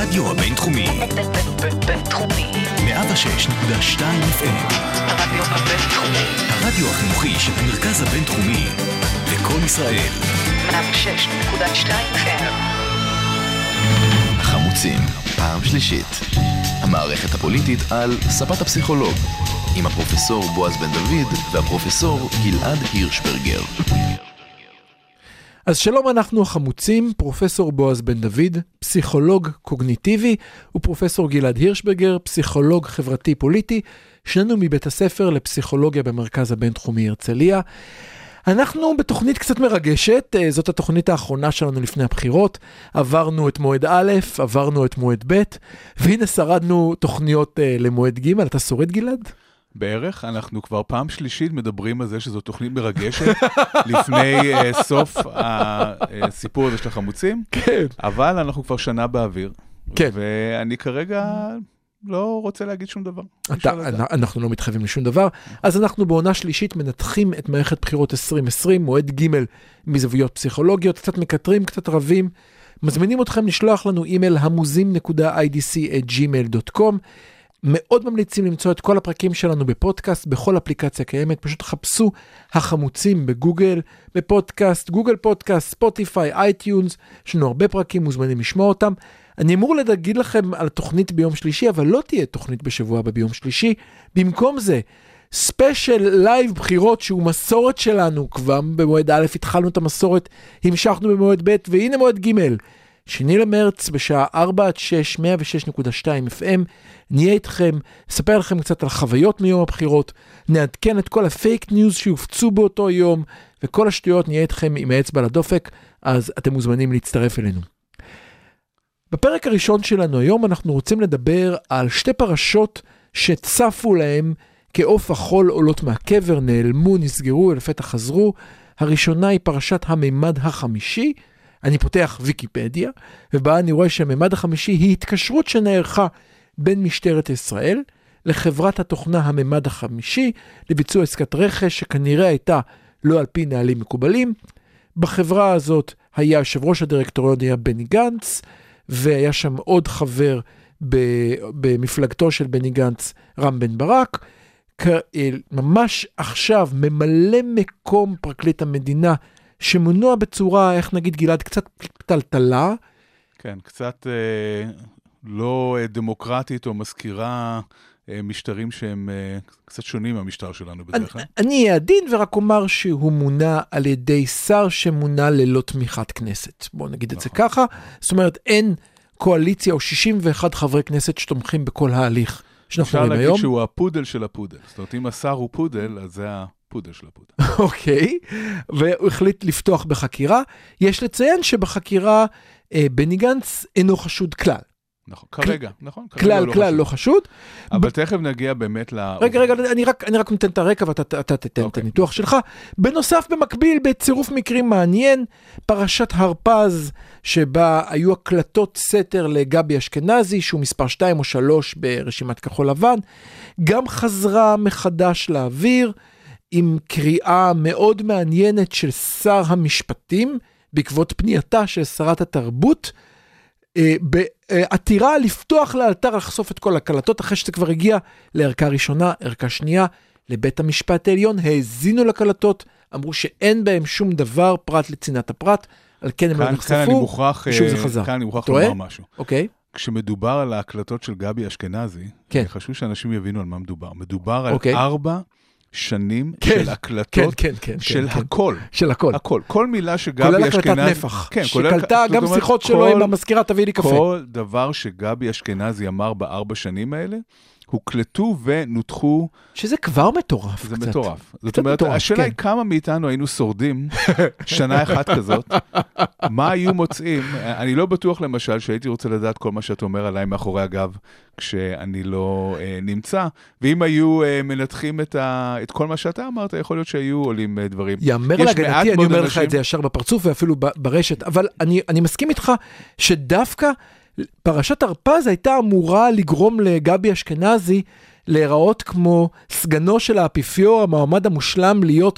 הרדיו הבינתחומי. בינתחומי. 106.2 FM. הרדיו הבינתחומי. הרדיו החינוכי של המרכז הבינתחומי. לכל ישראל. 106.2 FM. חמוצים, פעם שלישית. המערכת הפוליטית על ספת הפסיכולוג. עם הפרופסור בועז בן דוד והפרופסור גלעד הירשברגר. אז שלום, אנחנו החמוצים, פרופסור בועז בן דוד, פסיכולוג קוגניטיבי, ופרופסור גלעד הירשברגר, פסיכולוג חברתי פוליטי, שנינו מבית הספר לפסיכולוגיה במרכז הבינתחומי הרצליה. אנחנו בתוכנית קצת מרגשת, זאת התוכנית האחרונה שלנו לפני הבחירות, עברנו את מועד א', עברנו את מועד ב', והנה שרדנו תוכניות למועד ג'. אתה שורד, גלעד? בערך, אנחנו כבר פעם שלישית מדברים על זה שזו תוכנית מרגשת לפני סוף הסיפור הזה של החמוצים, כן. אבל אנחנו כבר שנה באוויר, כן. ואני כרגע לא רוצה להגיד שום דבר. אנחנו לא מתחייבים לשום דבר, אז אנחנו בעונה שלישית מנתחים את מערכת בחירות 2020, מועד ג' מזוויות פסיכולוגיות, קצת מקטרים, קצת רבים, מזמינים אתכם לשלוח לנו אימייל hamuzim.idc@gmail.com, מאוד ממליצים למצוא את כל הפרקים שלנו בפודקאסט, בכל אפליקציה קיימת, פשוט חפשו החמוצים בגוגל, בפודקאסט, גוגל פודקאסט, ספוטיפיי, אייטיונס, יש לנו הרבה פרקים, מוזמנים לשמוע אותם. אני אמור להגיד לכם על התוכנית ביום שלישי, אבל לא תהיה תוכנית בשבוע הבא ביום שלישי, במקום זה, ספיישל לייב בחירות שהוא מסורת שלנו, כבר במועד א' התחלנו את המסורת, המשכנו במועד ב', והנה מועד ג', 2 למרץ בשעה 4-6, 106.2 FM, נהיה איתכם, נספר לכם קצת על חוויות מיום הבחירות, נעדכן את כל הפייק ניוז שיופצו באותו יום, וכל השטויות נהיה איתכם עם האצבע לדופק, אז אתם מוזמנים להצטרף אלינו. בפרק הראשון שלנו היום אנחנו רוצים לדבר על 2 פרשות שצפו להם כעוף החול עולות מהקבר, נעלמו, נסגרו, לפתע חזרו. הראשונה היא פרשת הממד החמישי, אני פותח ויקיפדיה, ובה אני רואה שהממד החמישי היא התקשרות שנערכה בין משטרת ישראל לחברת התוכנה הממד החמישי, לביצוע עסקת רכש שכנראה הייתה לא על פי נהלים מקובלים. בחברה הזאת היה יושב ראש הדירקטוריון היה בני גנץ, והיה שם עוד חבר במפלגתו של בני גנץ, רם בן ברק. ממש עכשיו ממלא מקום פרקליט המדינה, שמונוע בצורה, איך נגיד גלעד, קצת טלטלה. כן, קצת לא דמוקרטית או מזכירה משטרים שהם קצת שונים מהמשטר שלנו בדרך כלל. אני אעדין ורק אומר שהוא מונה על ידי שר שמונה ללא תמיכת כנסת. בואו נגיד את זה ככה. זאת אומרת, אין קואליציה או 61 חברי כנסת שתומכים בכל ההליך שאנחנו רואים היום. אפשר להגיד שהוא הפודל של הפודל. זאת אומרת, אם השר הוא פודל, אז זה הפודל של הפודל. אוקיי, והוא החליט לפתוח בחקירה. יש לציין שבחקירה בני גנץ אינו חשוד כלל. נכון, כרגע, נכון? כלל לא חשוד. אבל תכף נגיע באמת רגע, אני רק נותן את הרקע ואתה תתן את הניתוח שלך. בנוסף, במקביל, בצירוף מקרים מעניין, פרשת הרפז, שבה היו הקלטות סתר לגבי אשכנזי, שהוא מספר 2 או 3 ברשימת כחול לבן, גם חזרה מחדש לאוויר, עם קריאה מאוד מעניינת של שר המשפטים, בעקבות פנייתה של שרת התרבות, בעתירה לפתוח לאלתר לחשוף את כל הקלטות, אחרי שזה כבר הגיע לערכה ראשונה, ערכה שנייה, לבית המשפט העליון, האזינו לקלטות, אמרו שאין בהם שום דבר פרט לצנעת הפרט, על כן הם לא נחשפו, שוב זה חזר. כאן אני מוכרח לומר משהו. אוקיי. כשמדובר על ההקלטות של גבי אשכנזי, חשוב שאנשים יבינו על מה מדובר. מדובר על 4 שנים של הקלטות של הכל. של הכל. הכל. כל מילה שגבי אשכנזי... כולל הקלטת נפח. שקלטה גם שיחות שלו עם המזכירה, תביא לי קפה. כל דבר שגבי אשכנזי אמר ב4 שנים האלה, הוקלטו ונותחו... שזה כבר מטורף. זה מטורף. זאת אומרת, השאלה היא כמה מאיתנו היינו שורדים שנה אחת כזאת, מה היו מוצאים? אני לא בטוח למשל שהייתי רוצה לדעת כל מה שאתה אומר עליי מאחורי הגב, כשאני לא נמצא, ואם היו מנתחים את כל מה שאתה אמרת, יכול להיות שהיו עולים דברים. יאמר להגנתי, אני אומר לך את זה ישר בפרצוף ואפילו ברשת, אבל אני מסכים איתך שדווקא פרשת הרפז הייתה אמורה לגרום לגבי אשכנזי להיראות כמו סגנו של האפיפיור, המועמד המושלם להיות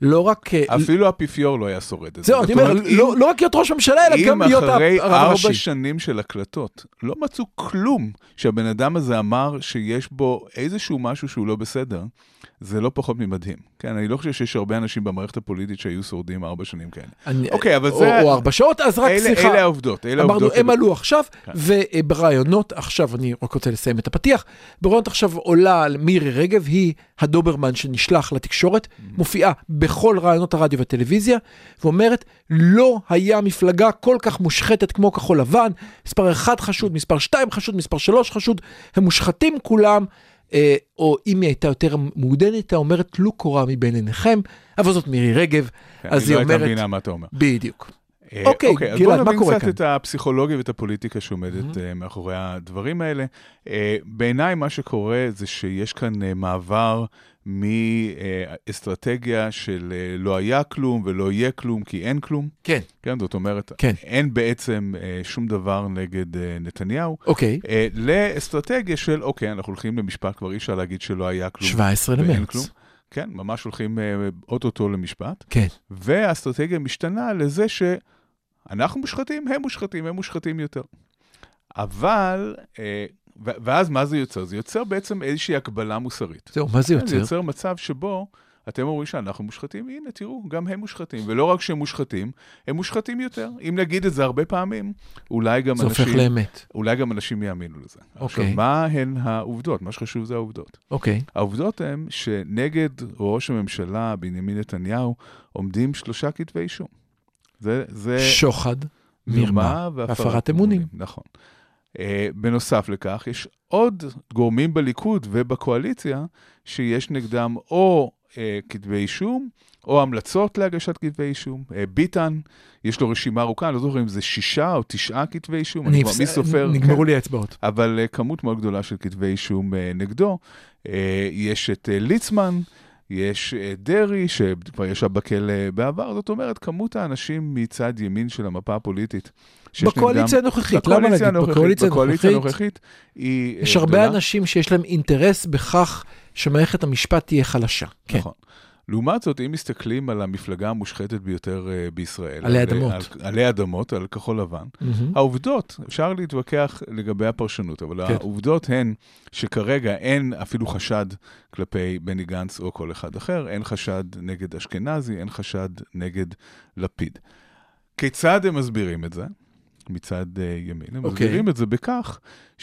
לא רק... אפילו האפיפיור לא היה שורד את זה. זהו, אני אומר, לא רק להיות ראש ממשלה, אלא גם להיות הרב הראשי. אם אחרי 4 שנים של הקלטות, לא מצאו כלום שהבן אדם הזה אמר שיש בו איזשהו משהו שהוא לא בסדר, זה לא פחות ממדהים. כן, אני לא חושב שיש הרבה אנשים במערכת הפוליטית שהיו שורדים 4 שנים כאלה. אוקיי, אבל זה... או 4 שעות, אז רק סליחה. אלה העובדות. אמרנו, הם עלו עכשיו, וברעיונות, עכשיו אני רק רוצה לסיים את הפתיח, ברעיונות עכשיו עולה מירי רגב, היא הדוברמן שנשלח לתקשורת, מופיעה בכל רעיונות הרדיו והטלוויזיה, ואומרת, לא היה מפלגה כל כך מושחתת כמו כחול לבן, מספר 1 חשוד, מספר 2 חשוד, מספר 3 חשוד, הם מושחתים כולם, או אם היא הייתה יותר מעודנת, הייתה אומרת, לא קורה מבין עיניכם, אבל זאת מירי רגב, אז היא אומרת... היא לא הייתה מבינה מה אתה אומר. בדיוק. אוקיי, גלעד, מה קורה כאן? אז בוא נבין קצת את הפסיכולוגיה ואת הפוליטיקה שעומדת מאחורי הדברים האלה. בעיניי מה שקורה זה שיש כאן מעבר מאסטרטגיה של לא היה כלום ולא יהיה כלום כי אין כלום. כן. כן, זאת אומרת, כן. אין בעצם שום דבר נגד נתניהו. אוקיי. לאסטרטגיה של, אוקיי, אנחנו הולכים למשפט, כבר אי אפשר להגיד שלא היה כלום. 17 למרץ. כלום. כן, ממש הולכים אוטוטו למשפט. כן. והאסטרטגיה משתנה לזה שאנחנו מושחתים, הם מושחתים יותר. אבל, ואז מה זה יוצר? זה יוצר בעצם איזושהי הקבלה מוסרית. זהו, מה זה יוצר? זה יוצר מצב שבו אתם אומרים שאנחנו מושחתים, הנה תראו, גם הם מושחתים. ולא רק שהם מושחתים, הם מושחתים יותר. אם נגיד את זה הרבה פעמים, אולי גם זה הופך לאמת. אולי גם אנשים יאמינו לזה. אוקיי. עכשיו, מה הן העובדות? מה שחשוב זה העובדות. אוקיי. העובדות הן שנגד ראש הממשלה, בנימין נתניהו, עומדים 3 כתבי אישום. זה שוחד, מרמה והפרת אמונים. נכון. בנוסף לכך, יש עוד גורמים בליכוד ובקואליציה, שיש נגדם או כתבי אישום, או המלצות להגשת כתבי אישום. ביטן, יש לו רשימה ארוכה, אני לא זוכר אם זה 6 או 9 כתבי אישום. אני כבר מי סופר. נגמרו לי האצבעות. אבל כמות מאוד גדולה של כתבי אישום נגדו. יש את ליצמן, יש דרי, שכבר ישב בכלא בעבר. זאת אומרת, כמות האנשים מצד ימין של המפה הפוליטית. בקואליציה הנוכחית, למה להגיד? בקואליציה הנוכחית יש הרבה אנשים שיש להם אינטרס בכך שמערכת המשפט תהיה חלשה. נכון. לעומת זאת, אם מסתכלים על המפלגה המושחתת ביותר בישראל, עלי אדמות, על כחול לבן, העובדות, אפשר להתווכח לגבי הפרשנות, אבל העובדות הן שכרגע אין אפילו חשד כלפי בני גנץ או כל אחד אחר, אין חשד נגד אשכנזי, אין חשד נגד לפיד. כיצד הם מסבירים את זה? מצד ימין. הם מסבירים את זה בכך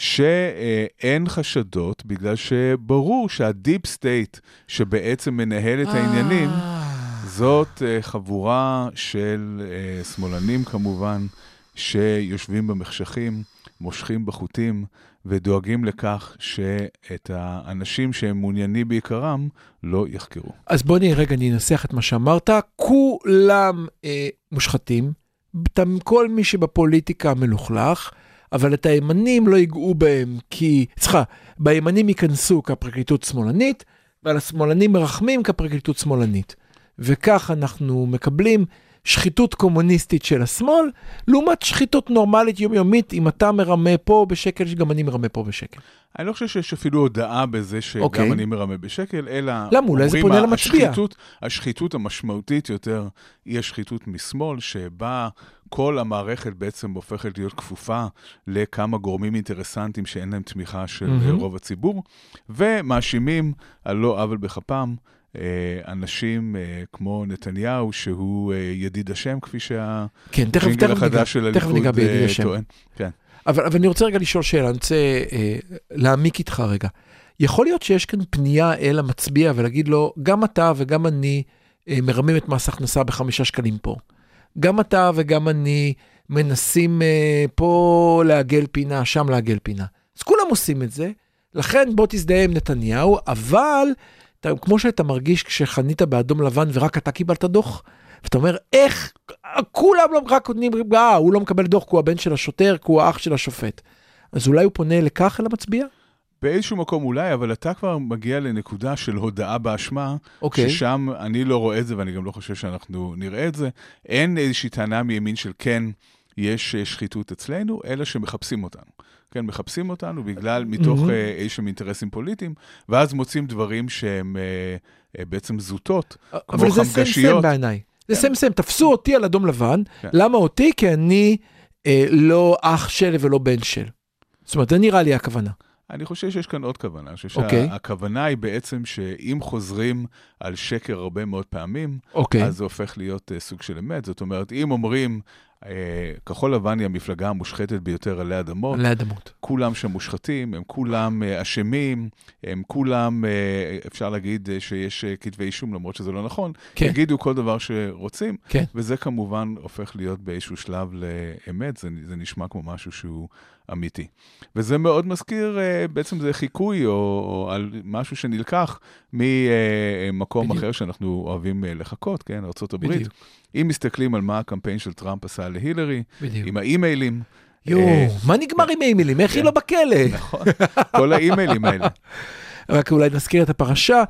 שאין חשדות, בגלל שברור שהדיפ סטייט שבעצם מנהל את העניינים, זאת חבורה של שמאלנים כמובן, שיושבים במחשכים, מושכים בחוטים, ודואגים לכך שאת האנשים שהם מעוניינים בעיקרם לא יחקרו. אז בוא רגע ננסח את מה שאמרת, כולם מושחתים, כל מי שבפוליטיקה מלוכלך, אבל את הימנים לא ייגעו בהם, בימנים ייכנסו כפרקליטות שמאלנית, ועל השמאלנים מרחמים כפרקליטות שמאלנית. וכך אנחנו מקבלים שחיתות קומוניסטית של השמאל, לעומת שחיתות נורמלית יומיומית, אם אתה מרמה פה בשקל, שגם אני מרמה פה בשקל. אני לא חושב שיש אפילו הודעה בזה שגם אני מרמה בשקל, אלא... למה? אולי זה פונה למצביע. השחיתות המשמעותית יותר היא השחיתות משמאל, שבה כל המערכת בעצם הופכת להיות כפופה לכמה גורמים אינטרסנטיים שאין להם תמיכה של רוב הציבור, ומאשימים על לא עוול בכפם, אנשים כמו נתניהו, שהוא ידיד השם, כפי שהג'ינגל החדש של הליכוד טוען. כן. אבל אני רוצה רגע לשאול שאלה, אני רוצה להעמיק איתך רגע. יכול להיות שיש כאן פנייה אל המצביע ולהגיד לו, גם אתה וגם אני מרמים את מס הכנסה ב5 שקלים פה. גם אתה וגם אני מנסים פה לעגל פינה, שם לעגל פינה. אז כולם עושים את זה, לכן בוא תזדהה עם נתניהו, אבל כמו שאתה מרגיש כשחנית באדום לבן ורק אתה קיבלת דוח, ואתה אומר, איך? כולם לא רק נותנים, הוא לא מקבל דוח, כי הוא הבן של השוטר, כי הוא האח של השופט. אז אולי הוא פונה לכך אל המצביע? באיזשהו מקום אולי, אבל אתה כבר מגיע לנקודה של הודעה באשמה, ששם אני לא רואה את זה, ואני גם לא חושב שאנחנו נראה את זה. אין איזושהי טענה מימין של כן, יש שחיתות אצלנו, אלא שמחפשים אותנו. כן, מחפשים אותנו בגלל מתוך איזשהם אינטרסים פוליטיים, ואז מוצאים דברים שהם בעצם זוטות, כמו חמגשיות. אבל זה סם בעיניי. זה סם, תפסו אותי על אדום לבן, למה אותי? כי אני לא אח של ולא בן של. זאת אומרת, זה נראה לי הכוונה. אני חושב שיש כאן עוד כוונה. אני חושב שהכוונה היא בעצם שאם חוזרים על שקר הרבה מאוד פעמים, אז זה הופך להיות סוג של אמת. זאת אומרת, אם אומרים, כחול לבן היא המפלגה המושחתת ביותר עלי אדמות. עלי אדמות. כולם שם מושחתים, הם כולם אשמים, הם כולם, אפשר להגיד שיש כתבי אישום, למרות שזה לא נכון, יגידו כל דבר שרוצים, וזה כמובן הופך להיות באיזשהו שלב לאמת, זה נשמע כמו משהו שהוא אמיתי. וזה מאוד מזכיר, בעצם זה חיקוי, או על משהו שנלקח ממקום אחר שאנחנו אוהבים לחכות, כן, ארצות הברית. אם מסתכלים על מה הקמפיין של טראמפ עשה להילרי, עם האימיילים. מה נגמר עם האימיילים? איך היא לא בכלא? נכון, כל האימיילים האלה. רק אולי נזכיר את הפרשה,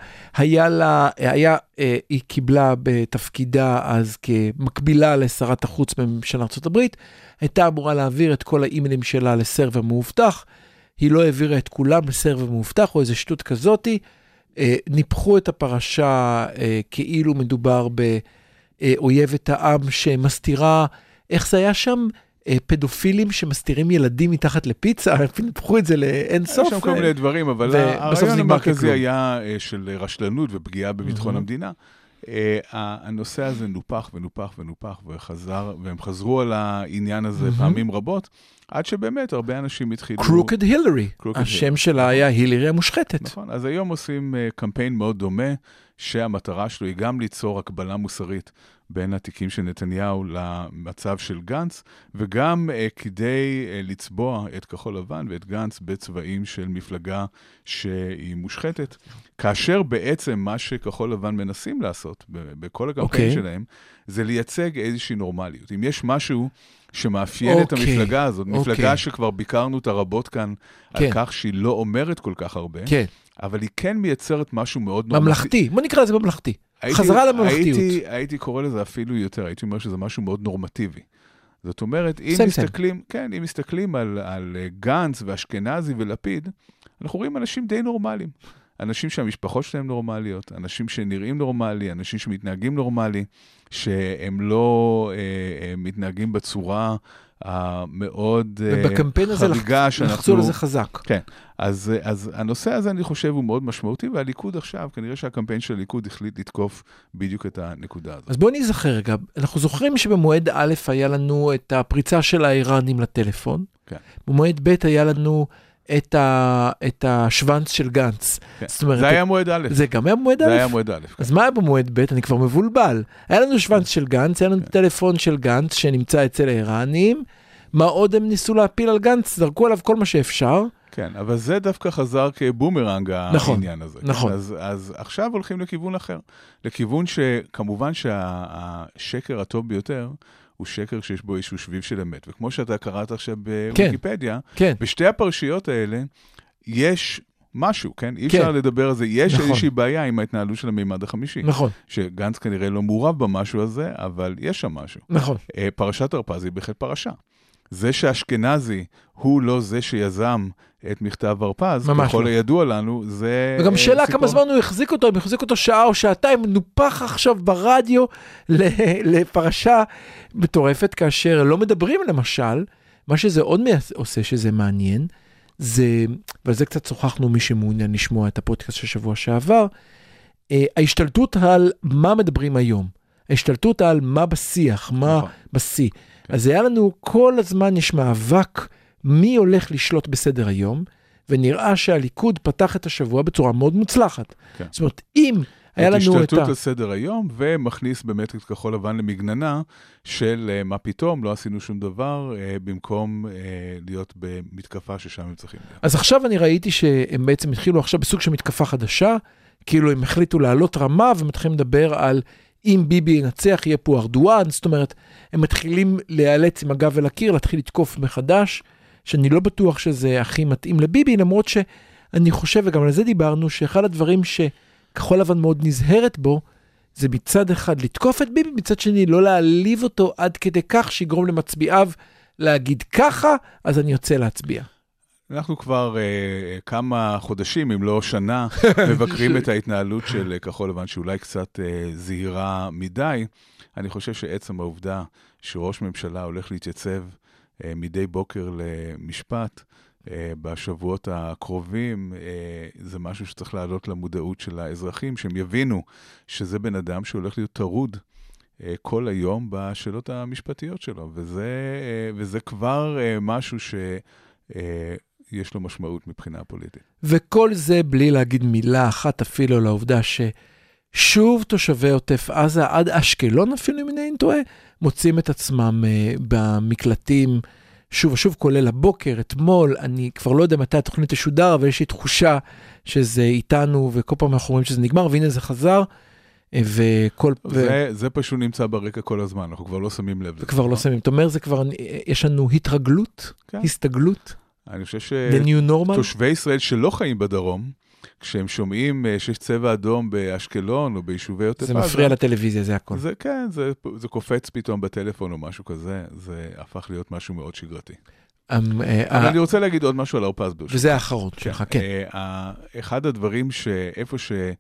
היא קיבלה בתפקידה אז כמקבילה לשרת החוץ של ארצות הברית, הייתה אמורה להעביר את כל האימיילים שלה לסרבר מאובטח, היא לא העבירה את כולם לסרבר מאובטח, או איזו שטות כזאת, ניפחו את הפרשה כאילו מדובר באויבת העם שמסתירה, איך זה היה שם? פדופילים שמסתירים ילדים מתחת לפיצה, ניפחו את זה לאין סוף. יש שם כל מיני דברים, אבל הרעיון המרכזי היה של רשלנות ופגיעה בביטחון המדינה. הנושא הזה נופח ונופח ונופח, והם חזרו על העניין הזה פעמים רבות, עד שבאמת הרבה אנשים התחילו... קרוקד הילרי, השם שלה היה הילרי המושחתת. נכון, אז היום עושים קמפיין מאוד דומה, שהמטרה שלו היא גם ליצור הקבלה מוסרית בין התיקים של נתניהו למצב של גנץ, וגם כדי לצבוע את כחול לבן ואת גנץ בצבעים של מפלגה שהיא מושחתת, כאשר בעצם מה שכחול לבן מנסים לעשות בכל הקמפיין שלהם, זה לייצג איזושהי נורמליות. אם יש משהו שמאפיין את המפלגה הזאת, מפלגה שכבר ביקרנו אותה רבות כאן, על כך שהיא לא אומרת כל כך הרבה, אבל היא כן מייצרת משהו מאוד ממלכתי, בוא נקרא לזה ממלכתי. חזרה לממלכתיות. הייתי קורא לזה אפילו יותר, הייתי אומר שזה משהו מאוד נורמטיבי. זאת אומרת, אם מסתכלים על גנץ ואשכנזי ולפיד, אנחנו רואים אנשים די נורמליים. אנשים שהמשפחות שלהם נורמליות, אנשים שנראים נורמלי, אנשים שמתנהגים נורמלי, שהם לא מתנהגים בצורה המאוד חריגה שאנחנו... נחצו לזה חזק. כן, אז הנושא הזה אני חושב הוא מאוד משמעותי, והליכוד עכשיו, כנראה שהקמפיין של הליכוד החליט לתקוף בדיוק את הנקודה הזאת. אז בואו נזכר רגע, אנחנו זוכרים שבמועד א' היה לנו את הפריצה של האיראנים לטלפון, במועד ב' היה לנו את השוונץ של גנץ. זה היה מועד א'. זה גם היה מועד א'? זה היה מועד א'. אז מה היה במועד ב'? אני כבר מבולבל. היה לנו שוונץ של גנץ, היה לנו טלפון של גנץ שנמצא אצל האיראנים. מה עוד הם ניסו להפיל על גנץ? זרקו עליו כל מה שאפשר. כן, אבל זה דווקא חזר כבומרנג העניין הזה. נכון. אז עכשיו הולכים לכיוון אחר. לכיוון שכמובן שהשקר הטוב ביותר, הוא שקר שיש בו איזשהו שביב של אמת. וכמו שאתה קראת עכשיו בוויקיפדיה, בשתי הפרשיות האלה יש משהו, כן? אי אפשר לדבר על זה. יש איזושהי בעיה עם ההתנהלות של המימד החמישי. נכון. שגנץ כנראה לא מעורב במשהו הזה, אבל יש שם משהו. נכון. פרשת הרפז היא בהחלט פרשה. זה שאשכנזי הוא לא זה שיזם את מכתב הרפז, ככל הידוע לנו, זה... וגם שאלה כמה זמן הוא החזיק אותו, אם החזיק אותו שעה או שעתיים, נופח עכשיו ברדיו לפרשה מטורפת, כאשר לא מדברים למשל, מה שזה עוד עושה שזה מעניין, זה, ועל זה קצת שוחחנו מי שמעוניין לשמוע את הפודקאסט של שבוע שעבר, ההשתלטות על מה מדברים היום, ההשתלטות על מה בשיח, מה בשיא. אז היה לנו כל הזמן יש מאבק מי הולך לשלוט בסדר היום, ונראה שהליכוד פתח את השבוע בצורה מאוד מוצלחת. כן. זאת אומרת, אם היה לנו את השתלטות לסדר היום, ומכניס באמת את כחול לבן למגננה של מה פתאום, לא עשינו שום דבר, במקום להיות במתקפה ששם הם צריכים להיות. אז עכשיו אני ראיתי שהם בעצם התחילו עכשיו בסוג של מתקפה חדשה, כאילו הם החליטו לעלות רמה, ומתחילים לדבר על אם ביבי ינצח, יהיה פה ארדואן, זאת אומרת, הם מתחילים להיאלץ עם הגב אל הקיר, להתחיל לתקוף מחדש, שאני לא בטוח שזה הכי מתאים לביבי, למרות שאני חושב, וגם על זה דיברנו, שאחד הדברים שכחול לבן מאוד נזהרת בו, זה מצד אחד לתקוף את ביבי, מצד שני לא להעליב אותו עד כדי כך שיגרום למצביעיו להגיד ככה, אז אני יוצא להצביע. אנחנו כבר כמה חודשים, אם לא שנה, מבקרים את ההתנהלות של כחול לבן, שאולי קצת זהירה מדי. אני חושב שעצם העובדה שראש ממשלה הולך להתייצב מדי בוקר למשפט, בשבועות הקרובים, זה משהו שצריך לעלות למודעות של האזרחים, שהם יבינו שזה בן אדם שהולך להיות טרוד כל היום בשאלות המשפטיות שלו, וזה כבר משהו שיש לו משמעות מבחינה פוליטית. וכל זה בלי להגיד מילה אחת אפילו לעובדה ששוב תושבי עוטף עזה עד אשקלון אפילו אם אני טועה, מוצאים את עצמם במקלטים שוב ושוב, כולל הבוקר, אתמול, אני כבר לא יודע מתי התוכנית תשודר, אבל יש לי תחושה שזה איתנו, וכל פעם אנחנו רואים שזה נגמר, והנה זה חזר, זה פשוט נמצא ברקע כל הזמן, אנחנו כבר לא שמים לב. כבר לא שמים, זאת אומרת, זה כבר, יש לנו התרגלות, הסתגלות, אני חושב שתושבי ישראל שלא חיים בדרום, כשהם שומעים שיש צבע אדום באשקלון או ביישובי עוטף עזה. זה מפריע לטלוויזיה, זה הכל. זה כן, זה קופץ פתאום בטלפון או משהו כזה, זה הפך להיות משהו מאוד שגרתי. אבל אני רוצה להגיד עוד משהו על הרפז ברשותך. וזה האחרון שלך, כן. אחד הדברים שאיפה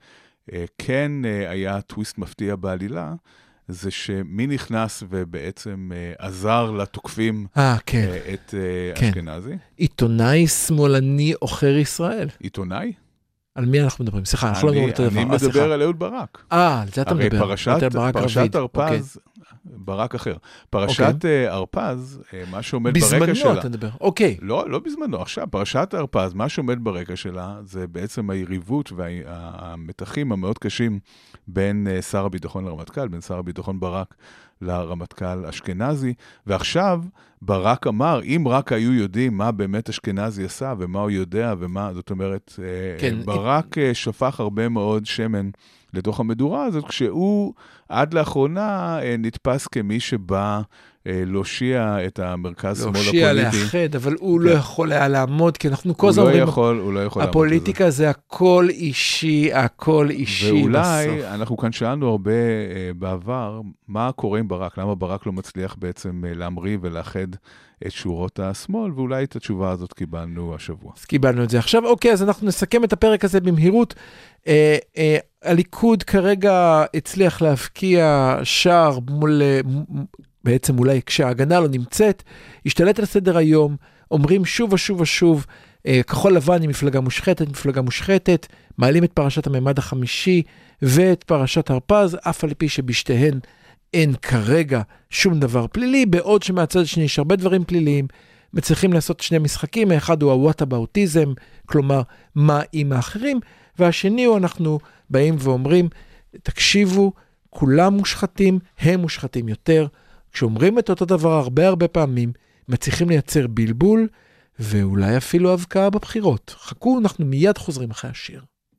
שכן היה טוויסט מפתיע בעלילה, זה שמי נכנס ובעצם עזר לתוקפים את אשכנזי. עיתונאי שמאלני עוכר ישראל. עיתונאי? על מי אנחנו מדברים? סליחה, אנחנו לא מדברים את הדבר. אני מדבר על אהוד ברק. על זה אתה מדבר. הרי פרשת הרפז, ברק אחר. פרשת הרפז, מה שעומד ברקע שלה. בזמנו אתה מדבר, אוקיי. לא בזמנו, עכשיו, פרשת הרפז, מה שעומד ברקע שלה, זה בעצם היריבות והמתחים המאוד קשים בין שר הביטחון לרמטכ"ל, בין שר הביטחון ברק לרמטכ"ל אשכנזי, ועכשיו ברק אמר, אם רק היו יודעים מה באמת אשכנזי עשה, ומה הוא יודע, ומה, זאת אומרת, כן, ברק שפך הרבה מאוד שמן לתוך המדורה הזאת, כשהוא עד לאחרונה נתפס כמי שבא להושיע את המרכז שמאל הפוליטי. להושיע, לאחד, אבל הוא לא יכול היה לעמוד, כי אנחנו כל הזמן אומרים, הוא לא יכול הפוליטיקה זה הכל אישי, הכל אישי. ואולי, אנחנו כאן שאלנו הרבה בעבר, מה קורה עם ברק? למה ברק לא מצליח בעצם להמריא ולאחד את שורות השמאל, ואולי את התשובה הזאת קיבלנו השבוע. אז קיבלנו את זה. עכשיו, אוקיי, אז אנחנו נסכם את הפרק הזה במהירות. הליכוד כרגע הצליח להבקיע שער מול, בעצם אולי כשההגנה לא נמצאת, השתלט על סדר היום, אומרים שוב ושוב ושוב, כחול לבן היא מפלגה מושחתת, מעלים את פרשת הממד החמישי, ואת פרשת הרפז, אף על פי שבשתיהן אין כרגע שום דבר פלילי, בעוד שמהצד השני יש הרבה דברים פליליים, מצליחים לעשות שני משחקים, האחד הוא הווטאבאוטיזם, כלומר, מה עם האחרים, והשני הוא אנחנו באים ואומרים, תקשיבו, כולם מושחתים, הם מושחתים יותר, כשאומרים את אותו דבר הרבה פעמים, מצליחים לייצר בלבול, ואולי אפילו הבקעה בבחירות. חכו, אנחנו מיד חוזרים אחרי השיר.